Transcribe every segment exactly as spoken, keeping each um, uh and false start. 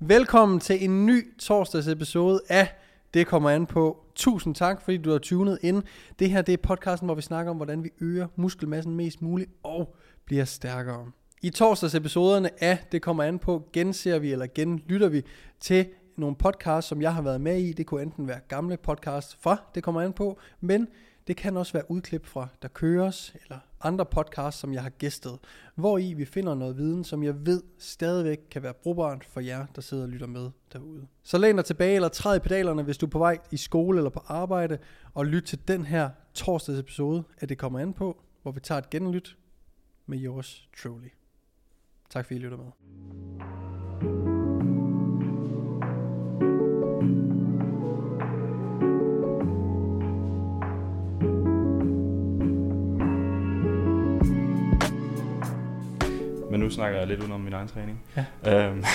Velkommen til en ny torsdags episode af Det kommer an på. Tusind tak, fordi du har tunet ind. Det her det er podcasten, hvor vi snakker om, hvordan vi øger muskelmassen mest muligt og bliver stærkere. I torsdags episoderne af Det kommer an på, genser vi eller genlytter vi til nogle podcasts, som jeg har været med i. Det kunne enten være gamle podcasts fra Det kommer an på, men det kan også være udklip fra Der køres, eller andre podcasts, som jeg har gæstet, hvor i vi finder noget viden, som jeg ved stadigvæk kan være brugbart for jer, der sidder og lytter med derude. Så læn dig tilbage eller træd i pedalerne, hvis du er på vej i skole eller på arbejde, og lyt til den her torsdags episode af Det kommer an på, hvor vi tager et genlyt med yours truly. Tak fordi I lytter med. Men nu snakker jeg lidt udenom min egen træning. Ja. Øhm,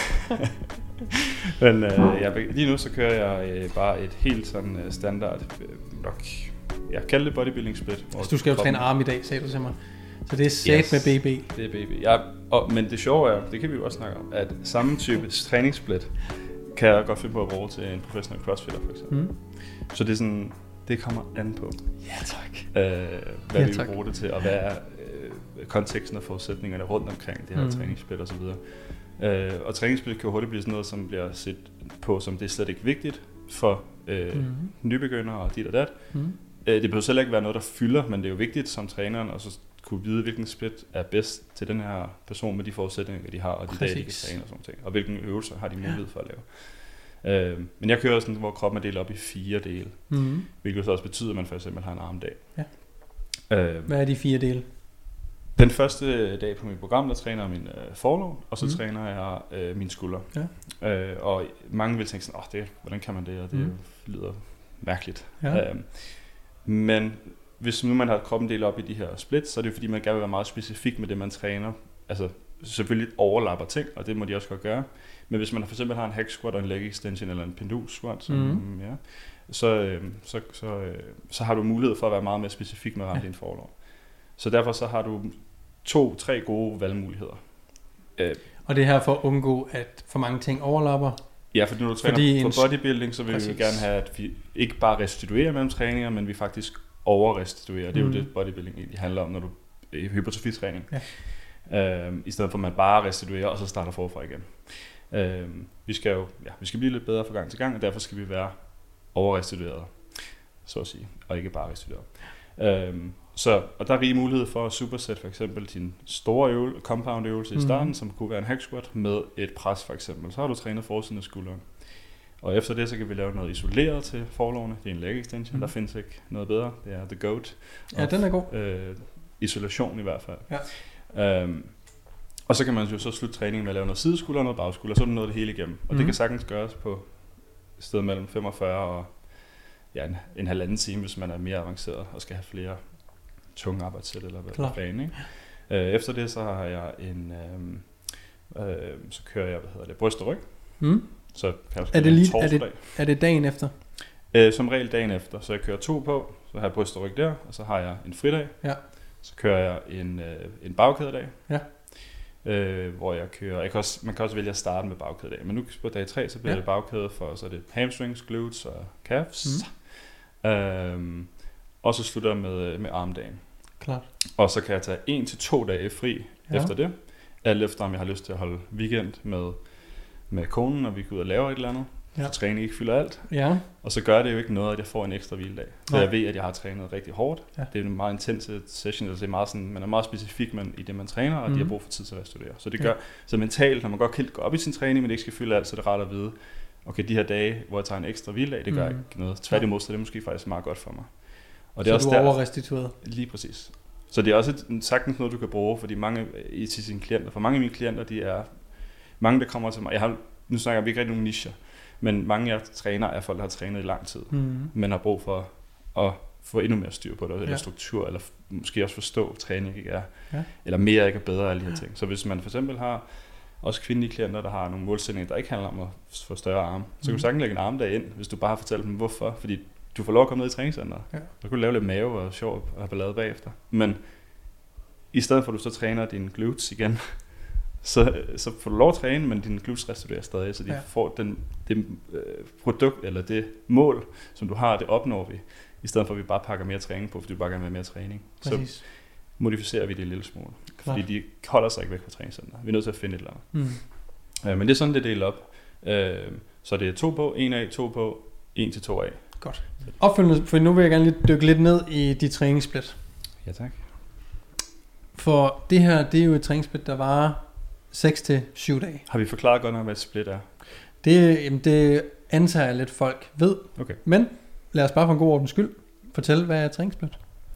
men øh, jeg, lige nu så kører jeg øh, bare et helt sådan øh, standard, øh, nok, jeg kalder det bodybuilding split. Altså, du skal jo træne arm i dag, sagde du til mig. Så det er sat yes, med B B. Det er B B. Ja, og, men det sjove er, det kan vi jo også snakke om, at samme type træningssplit kan jeg godt finde på at bruge til en professionel crossfitter for eksempel. Mm. Så det er sådan, det kommer an på. Ja tak. Øh, hvad ja, vi tak. vil bruge det til, og hvad er konteksten og forudsætningerne rundt omkring det her mm. træningsspil og så videre. Øh, og træningsspil kan jo hurtigt blive sådan noget, som bliver set på, som det er slet ikke vigtigt for øh, mm. nybegyndere og dit og dat. Mm. Øh, det behøver selv ikke være noget, der fylder, men det er jo vigtigt som træneren at så kunne vide, hvilken split er bedst til den her person med de forudsætninger, de har, og de dage, de kan træne og sådan ting. Og hvilken øvelser har de mulighed for at lave. Øh, men jeg kører sådan, hvor kroppen er delt op i fire dele, mm. hvilket så også betyder, at man for eksempel har en armdag. Ja. Øh, Hvad er de fire dele? Den første dag på mit program, der træner jeg min øh, forlov, og så mm. træner jeg øh, mine skuldre. Ja. Øh, og mange vil tænke sådan, åh, det, hvordan kan man det, og det mm. lyder mærkeligt. Ja. Øh, men hvis nu man har kroppen delt op i de her splits, så er det jo fordi, man gerne vil være meget specifik med det, man træner. Altså selvfølgelig overlapper ting, og det må de også godt gøre. Men hvis man for eksempel har en hack squat og en leg extension eller en pendul squat, så, mm. ja, så, øh, så, så, øh, så har du mulighed for at være meget mere specifik med at ramme ja. din forlov. Så derfor så har du to, tre gode valgmuligheder. Øh, og det er her for at undgå, at for mange ting overlapper? Ja, fordi når du træner for bodybuilding, så vil præcis. vi gerne have, at vi ikke bare restituerer mellem træninger, men vi faktisk overrestituerer. Det er mm. jo det, bodybuilding egentlig handler om, når du er i hypertrofitræning. Ja. Øh, I stedet for, at man bare restituerer, og så starter forfra igen. Øh, vi skal jo ja, vi skal blive lidt bedre fra gang til gang, og derfor skal vi være overrestitueret, så at sige, og ikke bare restitueret. Øh, Så, og der er rig mulighed for at supersætte for eksempel din store øvelse, compound øvelse mm. i starten, som kunne være en hack squat med et pres for eksempel. Så har du trænet forsiden af skulderen. Og efter det, så kan vi lave noget isoleret til forlovene. Det er en leg extension. Mm. Der findes ikke noget bedre. Det er the goat. Ja, den er god. Øh, isolation i hvert fald. Ja. Øhm, og så kan man jo så slutte træningen med at lave noget sideskulder og noget bagskulder. Så er det noget det hele igennem. Og mm. det kan sagtens gøres på et sted mellem femogfyrre og ja, en, en halvanden time, hvis man er mere avanceret og skal have flere tunge arbejdssæt eller hvad plan, ikke? Øh, efter det så har jeg en øh, øh, så kører jeg hvad hedder det bryst og ryg. Mm. Så kan jeg er det lige er det, er det dagen efter? Øh, som regel dagen efter, så jeg kører to på, så har jeg bryst og ryg der, og så har jeg en fridag. Ja. Så kører jeg en øh, en bagkædedag. Ja. Øh, hvor jeg kører jeg kan også, man kan også vælge at starte med bagkædedag, men nu på dag tre så bliver ja. det bagkæde for så er det hamstrings, glutes og calves. Mm. Øh, og så slutter jeg med med armdagen. Klart. Og så kan jeg tage en til to dage fri ja. efter det. Alt efter om jeg har lyst til at holde weekend med, med konen, og vi går ud og laver et eller andet. Ja. Så træning ikke fylder alt. Ja. Og så gør det jo ikke noget, at jeg får en ekstra hviledag. Så ja. jeg ved, at jeg har trænet rigtig hårdt. Ja. Det er en meget intens session, altså det er meget sådan, man er meget specifik man, i det, man træner, og mm. de har brug for tid til at restituere. Så det gør, ja. så mentalt, når man godt kan gå op i sin træning, men det ikke skal fylde alt, så det er rart at vide, okay, de her dage, hvor jeg tager en ekstra hviledag, det gør mm. ikke noget. Tværtimod, så det er måske faktisk meget godt for mig. Og det så er også du er overrestitueret? Lige præcis. Så det er også et, sagtens noget, du kan bruge, fordi mange i til sine klienter, for mange af mine klienter, de er, mange der kommer til mig, jeg har, nu snakker vi ikke rigtig nogen nicher, men mange af jeg træner er folk, der har trænet i lang tid, mm-hmm. men har brug for at få endnu mere styr på det, eller ja. struktur, eller måske også forstå, at træning ikke er, ja. eller mere ikke er bedre, alle de her ting. Så hvis man for eksempel har også kvindelige klienter, der har nogle målsætninger, der ikke handler om at få større arme, så kan du sagtens lægge en armdag ind, hvis du bare har fortalt dem, hvorfor, fordi du får lov at komme ned i træningscenteret. Ja. Så kan du lave lidt mave og sjov og have ballade bagefter. Men i stedet for at du så træner dine glutes igen, så, så får du lov at træne, men din glutes restituerer stadig, så de ja. får den, det øh, produkt, eller det mål, som du har, det opnår vi, i stedet for at vi bare pakker mere træning på, fordi du bare gerne vil have mere træning. Præcis. Så modificerer vi det en lille smule, Klart. fordi de holder sig ikke væk fra træningscenter. Vi er nødt til at finde et eller andet. Mm. Øh, men det er sådan, det er delt op. Øh, så det er to på, en af, to på, en til to af. Godt. Opfølgende, for nu vil jeg gerne lige dykke lidt ned i de træningssplit. Ja, tak. For det her, det er jo et træningssplit, der varer seks til syv dage. Har vi forklaret godt nok, hvad et split er? Det, jamen det antager jeg lidt folk ved. Okay. Men lad os bare for en god ordens skyld fortælle, hvad er et træningssplit?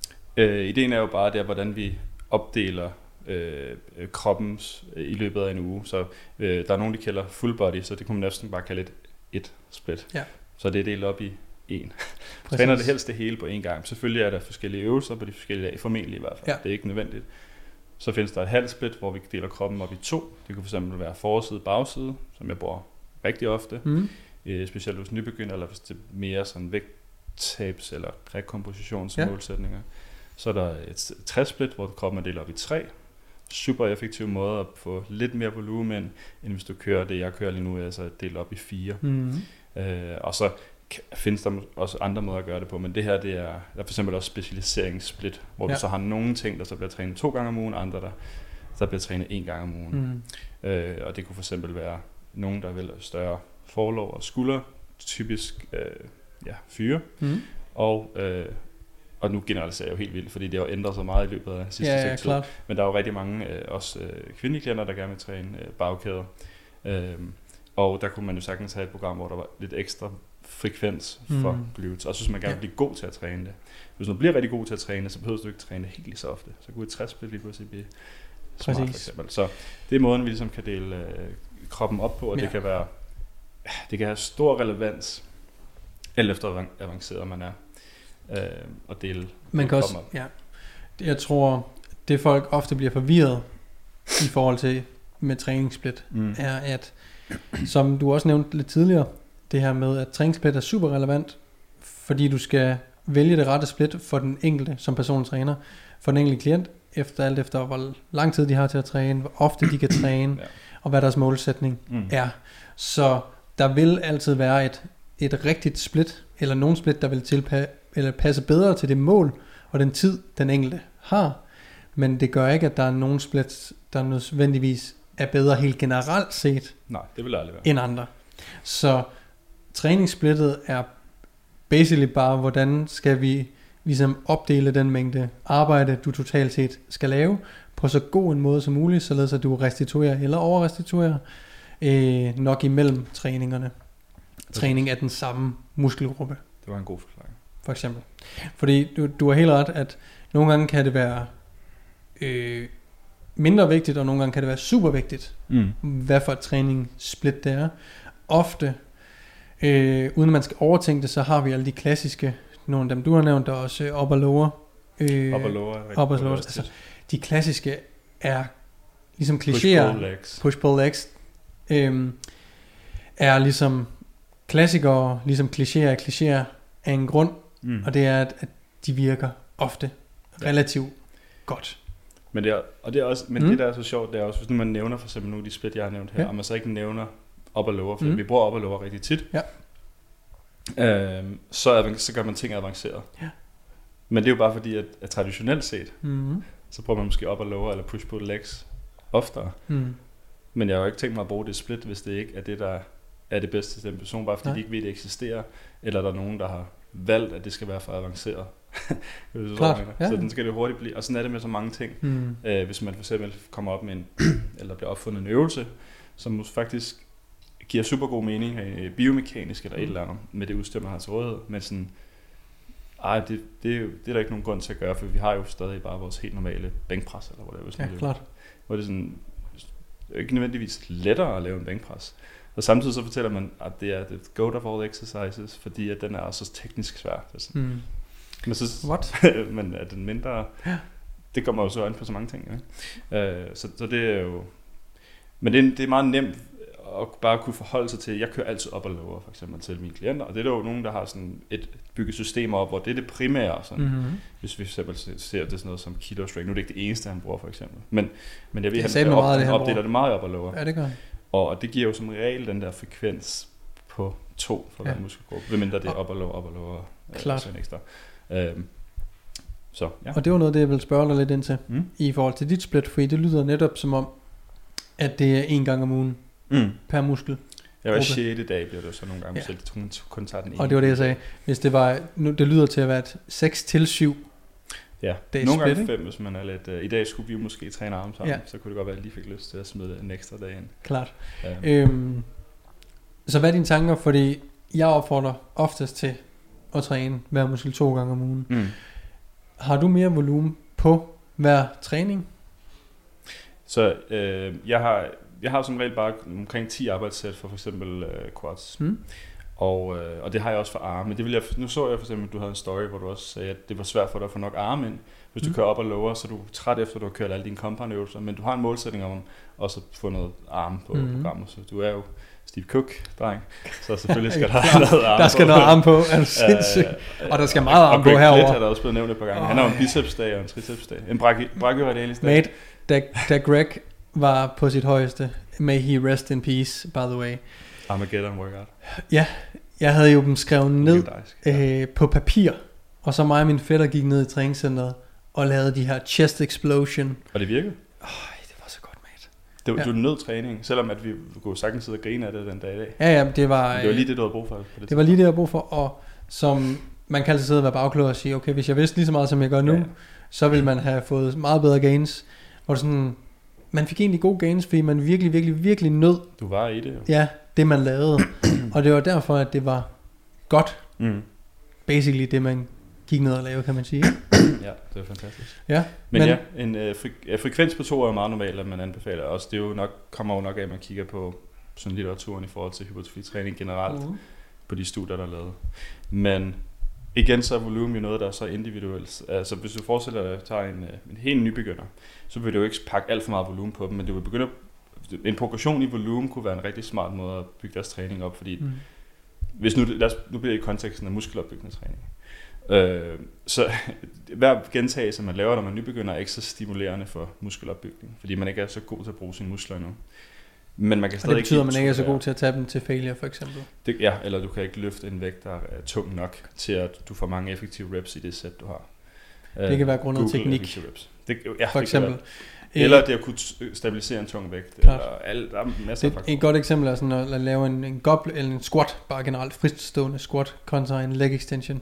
Øh, ideen er jo bare, der, hvordan vi opdeler øh, kroppens øh, i løbet af en uge. Så øh, der er nogen, der kalder full body, så det kunne man næsten bare kalde et, et split. Ja. Så det er delt op i en. Træner det helst det hele på en gang. Selvfølgelig er der forskellige øvelser på de forskellige dage, formentlig i hvert fald. Ja. Det er ikke nødvendigt. Så findes der et halvt split, hvor vi deler kroppen op i to. Det kunne fx være forside og bagside, som jeg bruger rigtig ofte. Mm. Øh, specielt hos nybegynder, eller hvis det er mere sådan vægttabs- eller rekompositionsmålsætninger. Ja. Så er der et tre-split, hvor kroppen er delt op i tre. Super effektiv måde at få lidt mere volumen, end hvis du kører det, jeg kører lige nu, altså delt op i fire. Mm. Øh, og så findes der også andre måder at gøre det på, men det her, det er, der er for eksempel også specialiseringssplit, hvor ja. du så har nogle ting, der så bliver trænet to gange om ugen, andre der, der bliver trænet en gang om ugen. Mm. Øh, og det kunne for eksempel være nogen, der vil større forlov og skulder, typisk øh, ja, fyre, mm. og, øh, og nu generaliserer jeg jo helt vildt, fordi det har ændret sig meget i løbet af sidste ja, ja, tid. Men der er jo rigtig mange, øh, også øh, kvindelige klienter, der gerne vil træne øh, bagkæder. Øh, og der kunne man jo sagtens have et program, hvor der var lidt ekstra frekvens for mm. glutes. Og så synes man gerne vil blive god til at træne det. Hvis du bliver rigtig god til at træne, så behøver du ikke træne helt lige så ofte. Så kunne et tres-split lige pludselig blive smart, for eksempel. Så det er måden, vi ligesom kan dele øh, kroppen op på, og ja. det kan være, det kan have stor relevans, alt efter hvor avanceret man er, øh, at dele man kan også, op. Ja. Jeg tror, det folk ofte bliver forvirret i forhold til med træningssplit, mm. er at, som du også nævnte lidt tidligere, det her med, at træningssplit er super relevant, fordi du skal vælge det rette split for den enkelte som personlig træner, for den enkelte klient, efter alt efter hvor lang tid de har til at træne, hvor ofte de kan træne, ja. og hvad deres målsætning mm. er. Så der vil altid være et, et rigtigt split, eller nogen split, der vil tilpasse, eller passe bedre til det mål, og den tid, den enkelte har. Men det gør ikke, at der er nogen splits, der nødvendigvis er bedre helt generelt set, Nej, det vil aldrig være. end andre. Så træningssplittet er basically bare, hvordan skal vi ligesom opdele den mængde arbejde, du totalt set skal lave, på så god en måde som muligt, således at du restituerer eller overrestituerer øh, nok imellem træningerne. Træning af den samme muskelgruppe. Det var en god forklaring. For eksempel. Fordi du, du har helt ret, at nogle gange kan det være øh, mindre vigtigt, og nogle gange kan det være super vigtigt, mm. hvad for et træningssplit det er. Ofte, øh, uden at man skal overtænke det, så har vi alle de klassiske, nogle af dem du har nævnt, der er også øh, upper lower. Øh, upper lower. Upper lower. Altså, de klassiske er ligesom klichéer. Push pull legs. Push pull legs. Øh, er ligesom klassikere, ligesom klichéer, klichéer af en grund, mm. og det er, at, at de virker ofte ja. relativt godt. Men, det er, og det er også, men mm. det der er så sjovt, det er også, hvis nu man nævner for eksempel nogle af de split, jeg har nævnt her, ja. og man så ikke nævner upper lower, for mm. vi bruger upper lower rigtig tit, ja. øhm, så, er, så gør man ting avanceret. Ja. Men det er jo bare fordi, at, at traditionelt set, mm. så bruger man måske upper lower eller push pull legs oftere. Mm. Men jeg har jo ikke tænkt mig at bruge det split, hvis det ikke er det, der er det bedste til den person, bare fordi ja. de ikke ved, at det eksisterer, eller der er nogen, der har valgt, at det skal være for avanceret. Klart, ja. Så den skal det hurtigt blive. Og sådan er det med så mange ting. Mm. Øh, hvis man for eksempel kommer op med en, eller bliver opfundet en øvelse, som faktisk giver super god mening, biomekanisk eller mm. et eller andet, med det udstyr, man har til rådighed, men sådan, ej, det, det, er jo, det er der ikke nogen grund til at gøre, for vi har jo stadig bare vores helt normale bænkpres, eller hvor det er. Ja, klart. Hvor det er sådan, det er ikke nødvendigvis lettere at lave en bænkpres. Og samtidig så fortæller man, at det er the goat of all exercises, fordi at den er også så teknisk svær. Mm. Men, så, What? men er den mindre, ja. det kommer jo så øjne på så mange ting. Ikke? Uh, så, så det er jo, men det er, det er meget nemt og bare kunne forholde sig til, jeg kører altid op og lower for eksempel til mine klienter, og det er der jo nogen, der har sådan et bygget system op, hvor det er det primære, sådan, mm-hmm. hvis vi for eksempel ser det sådan noget som keto strength. Nu er det ikke det eneste, han bruger for eksempel, men, men jeg ved, det han, op, meget, han opdeler det meget op og lower. Ja, det gør. Og, og det giver jo som regel den der frekvens på to for hver ja. muskelgruppe, medmindre det er op og lower, op og lower. Klart. Øh, ekstra. Øhm, så, ja. Og det var noget, det jeg ville spørge dig lidt ind til, mm. i forhold til dit split, fordi det lyder netop som om, at det er en gang om ugen mm. per muskel. Jeg var sjette dag, bliver det så nogle gange, ja. Selv jeg kun tager den ene. Og det var det, jeg sagde. Hvis det var, nu, det lyder til at være et seks til syv ja, nogle gange fem, hvis man er lidt... Uh, I dag skulle vi jo måske træne arme sammen, ja. Så kunne det godt være, at jeg lige fik lyst til at smide en ekstra dag ind. Klart. Um. Øhm, så hvad er dine tanker? Fordi jeg opfordrer oftest til at træne hver muskel to gange om ugen. Mm. Har du mere volumen på hver træning? Så øh, jeg har jeg har som regel bare omkring ti arbejdssæt for for eksempel øh, quads. Mm. Og, øh, og det har jeg også for arme. Det vil jeg, nu så jeg for eksempel, at du havde en story, hvor du også sagde, at det var svært for dig at få nok arme ind. Hvis du mm. kører op og lower, så er du træt efter, at du har kørt alle dine compound-øvelser. Men du har en målsætning om også at få noget arme på mm. programmet. Så du er jo Steve Cook-dreng, så selvfølgelig skal der have noget arme på. Der skal noget arme på, er du sindssygt. Uh, og der skal meget arme på herovre. Og Greg er der også blevet nævnt et par gange. Oh, Han har en bicepsdag og en tricepsdag. En brachioradialis dag. Mate, da, da Greg var på sit højeste, may he rest in peace, by the way. Armageddon workout. Ja, jeg havde jo dem skrevet ned øh, på papir, og så mig og min fætter gik ned i træningscenteret og lavede de her chest explosion. Og det virkede? Åh, det var så godt, mate. Det var, ja. Du nød træning, selvom at vi kunne sagtens sidde og grine af det den dag i dag. Ja, ja, det var... Det var lige det, du havde brug for. På det det var lige det, jeg havde brug for, og som man kan altid sidde og være bagklog og sige, okay, hvis jeg vidste lige så meget, som jeg gør nu, ja. Så ville man have fået meget bedre gains. Hvor sådan, man fik egentlig gode gains, fordi man virkelig, virkelig, virkelig nød. Du var i det jo. Ja, det man lavede. Og det var derfor, at det var godt. Mm. Basically det, man gik ned og lavede, kan man sige. Ja, det er fantastisk. Ja, men, men ja, en øh, fre- ja, frekvens på to er jo meget normalt, at man anbefaler også. Det er jo nok, kommer jo nok af, at man kigger på sådan litteraturen i forhold til hypertrofitræning generelt, uh-huh. på de studier, der er lavet. Men igen, så er volumen jo noget, der er så individuelt. Altså hvis du forestiller dig at tage en, en helt nybegynder, så vil du jo ikke pakke alt for meget volumen på dem, men du vil begynde at, en progression i volumen kunne være en rigtig smart måde at bygge deres træning op, fordi mm. hvis nu, lad os, nu bliver det i konteksten af muskelopbyggende træning. Øh, så hver gentagelse, man laver, når man nybegynder, er ikke så stimulerende for muskelopbygning, fordi man ikke er så god til at bruge sine muskler endnu. Men man kan stadig og det betyder, at man ikke er så god til at tage dem til failure, for eksempel? Det, ja, eller du kan ikke løfte en vægt, der er tung nok til, at du får mange effektive reps i det sæt, du har. Det kan være grundet teknik, det, ja, for eksempel. Eller det at kunne stabilisere en tung vægt. Eller alt, der er masser det, af et godt eksempel er sådan at lave en, en goblet eller en squat, bare generelt fristående squat, kontra en leg extension.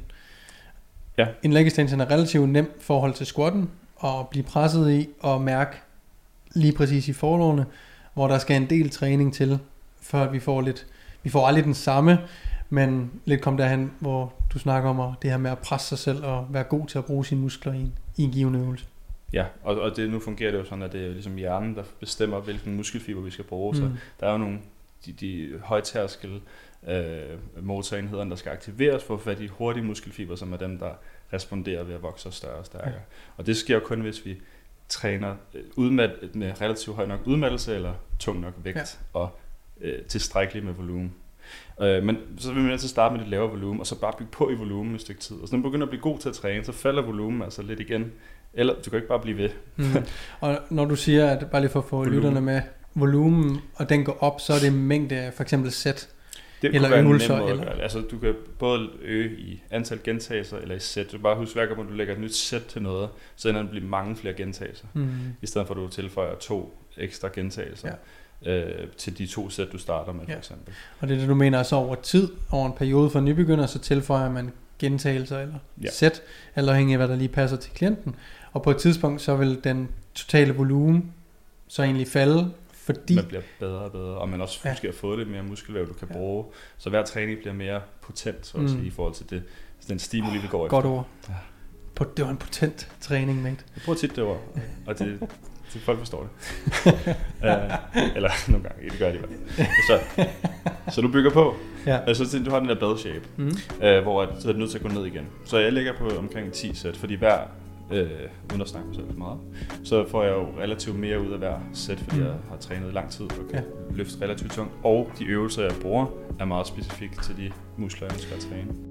Ja. En leg extension er relativt nem forhold til squatten, at blive presset i og mærke lige præcis i forlårene, hvor der skal en del træning til, før vi får lidt, vi får aldrig den samme, men lidt kom derhen, hvor du snakker om at det her med at presse sig selv og være god til at bruge sine muskler i en, i en givende øvelse. Ja, og, og det, nu fungerer det jo sådan, at det er ligesom hjernen, der bestemmer, hvilken muskelfiber vi skal bruge. Mm. Så der er jo nogle de, de højtærskel øh, motorenheder, der skal aktiveres for at få fat i hurtige muskelfiber, som er dem, der responderer ved at vokse større og stærkere. Ja. Og det sker jo kun, hvis vi træner udmat, med relativt høj nok udmattelse eller tung nok vægt, ja. Og øh, tilstrækkeligt med volumen. Øh, men så vil man altid starte med det lavere volumen, og så bare bygge på i volumen et stykke tid. Og så når man begynder at blive god til at træne, så falder volumen altså lidt igen. Eller du kan ikke bare blive ved. Mm. Og når du siger, at bare lige for at få lytterne med, volumen, og den går op, så er det mængde af for eksempel sæt. Det eller øvelser. Eller? Altså du kan både øge i antal gentagelser eller i sæt. Du bare husk hver gang, du lægger et nyt sæt til noget, så ender det blive mange flere gentagelser. Mm. I stedet for at du tilføjer to ekstra gentagelser. Ja. Øh, til de to sæt, du starter med, ja. For eksempel. Og det er det, du mener, altså over tid, over en periode for nybegynder, så tilføjer man gentagelser eller ja. Sæt, eller afhængig af, hvad der lige passer til klienten. Og på et tidspunkt, så vil den totale volumen så egentlig falde, fordi... Man bliver bedre og bedre, og man også ja. Måske har fået lidt mere muskelvæv, du kan ja. Bruge. Så hver træning bliver mere potent, så at sige, mm. i forhold til det, den stimuli, vi går oh, efter. Godt ord. Ja. Det var en potent træning, mate. Jeg bruger tit det ord, og det... Så folk forstår det. uh, eller nogle gange, det gør de i hvert fald. Så, så du bygger på. Ja. Altså, du har den der bad shape, mm. uh, hvor så er du nødt til at gå ned igen. Så jeg ligger på omkring ti sæt, fordi hver øh, uden at snakke mig selv for meget, så får jeg jo relativt mere ud af hver sæt, fordi mm. jeg har trænet i lang tid og kan ja. løfte relativt tungt. Og de øvelser, jeg bruger, er meget specifikke til de muskler, jeg ønsker at træne.